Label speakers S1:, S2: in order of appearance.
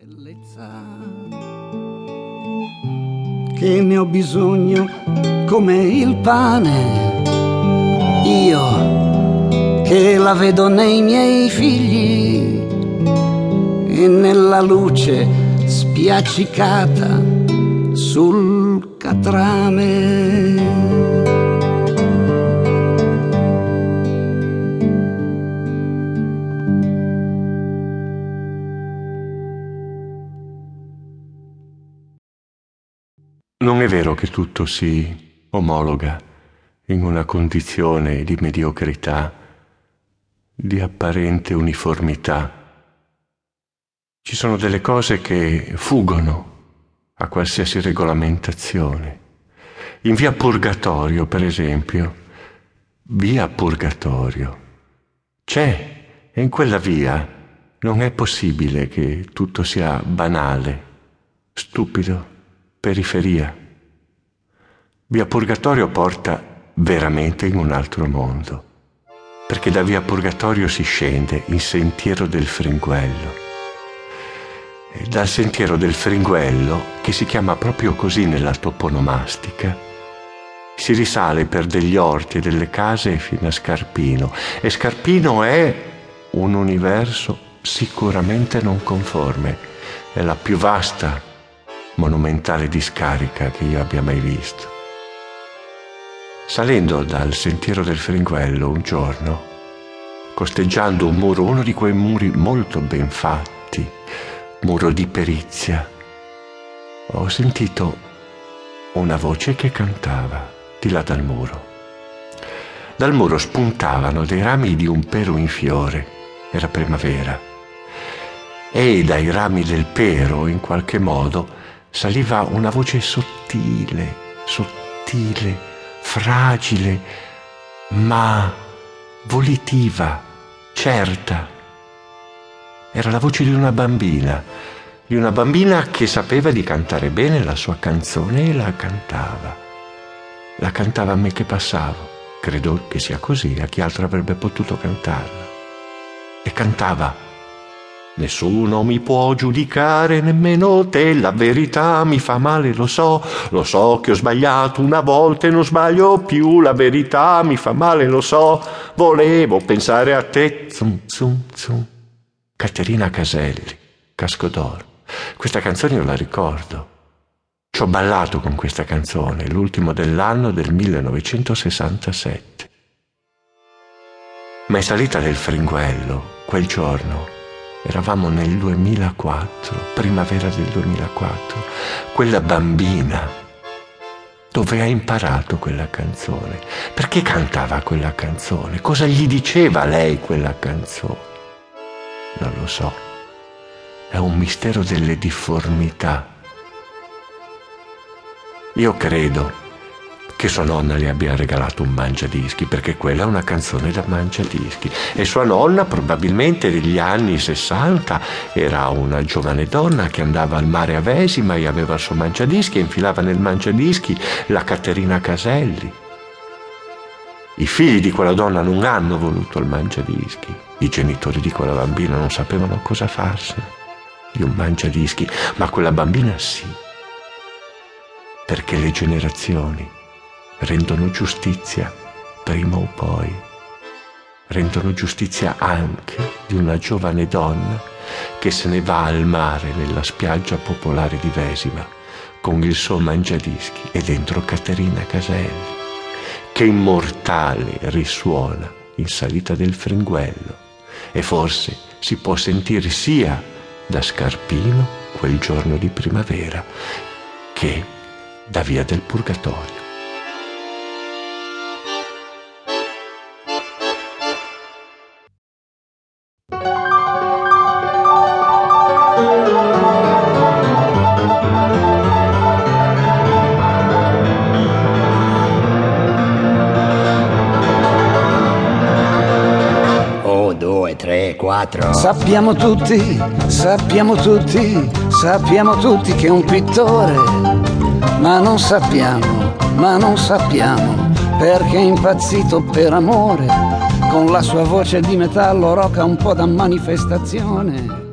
S1: bellezza che ne ho bisogno come il pane, io che la vedo nei miei figli e nella luce spiaccicata sul catrame.
S2: Non è vero che tutto si omologa in una condizione di mediocrità, di apparente uniformità. Ci sono delle cose che fuggono a qualsiasi regolamentazione. In via Purgatorio, per esempio, via Purgatorio, c'è, e in quella via non è possibile che tutto sia banale, stupido, periferia. Via Purgatorio porta veramente in un altro mondo, perché da via Purgatorio si scende in Sentiero del Fringuello. E dal Sentiero del Fringuello, che si chiama proprio così nella toponomastica, si risale per degli orti e delle case fino a Scarpino. E Scarpino è un universo sicuramente non conforme, è la più vasta monumentale discarica che io abbia mai visto. Salendo dal Sentiero del Fringuello un giorno, costeggiando un muro, uno di quei muri molto ben fatti, muro di perizia, ho sentito una voce che cantava di là dal muro. Dal muro spuntavano dei rami di un pero in fiore, era primavera, e dai rami del pero, in qualche modo, saliva una voce sottile, fragile, ma volitiva, certa. Era la voce di una bambina che sapeva di cantare bene la sua canzone e la cantava. La cantava a me che passavo. Credo che sia così, a chi altro avrebbe potuto cantarla. E cantava: nessuno mi può giudicare, nemmeno te, la verità mi fa male, lo so che ho sbagliato una volta e non sbaglio più, la verità mi fa male, lo so, volevo pensare a te, zum zum zum. Caterina Caselli, Casco d'Oro. Questa canzone io la ricordo. Ci ho ballato con questa canzone, l'ultimo dell'anno del 1967. Ma è salita del Fringuello quel giorno. Eravamo nel 2004, primavera del 2004. Quella bambina, dove ha imparato quella canzone? Perché cantava quella canzone? Cosa gli diceva lei quella canzone? Non lo so. È un mistero delle difformità. Io credo che sua nonna le abbia regalato un mangiadischi, perché quella è una canzone da mangiadischi, e sua nonna probabilmente negli anni 60 era una giovane donna che andava al mare a Vesima e aveva il suo mangiadischi e infilava nel mangiadischi la Caterina Caselli. I figli di quella donna non hanno voluto il mangiadischi, i genitori di quella bambina non sapevano cosa farsene di un mangiadischi, ma quella bambina sì, perché le generazioni rendono giustizia prima o poi, rendono giustizia anche di una giovane donna che se ne va al mare nella spiaggia popolare di Vesima con il suo mangiadischi e dentro Caterina Caselli, che immortale risuona in salita del Fringuello, e forse si può sentire sia da Scarpino quel giorno di primavera che da via del Purgatorio.
S1: Sappiamo tutti che è un pittore, ma non sappiamo perché è impazzito per amore, con la sua voce di metallo roca un po' da manifestazione.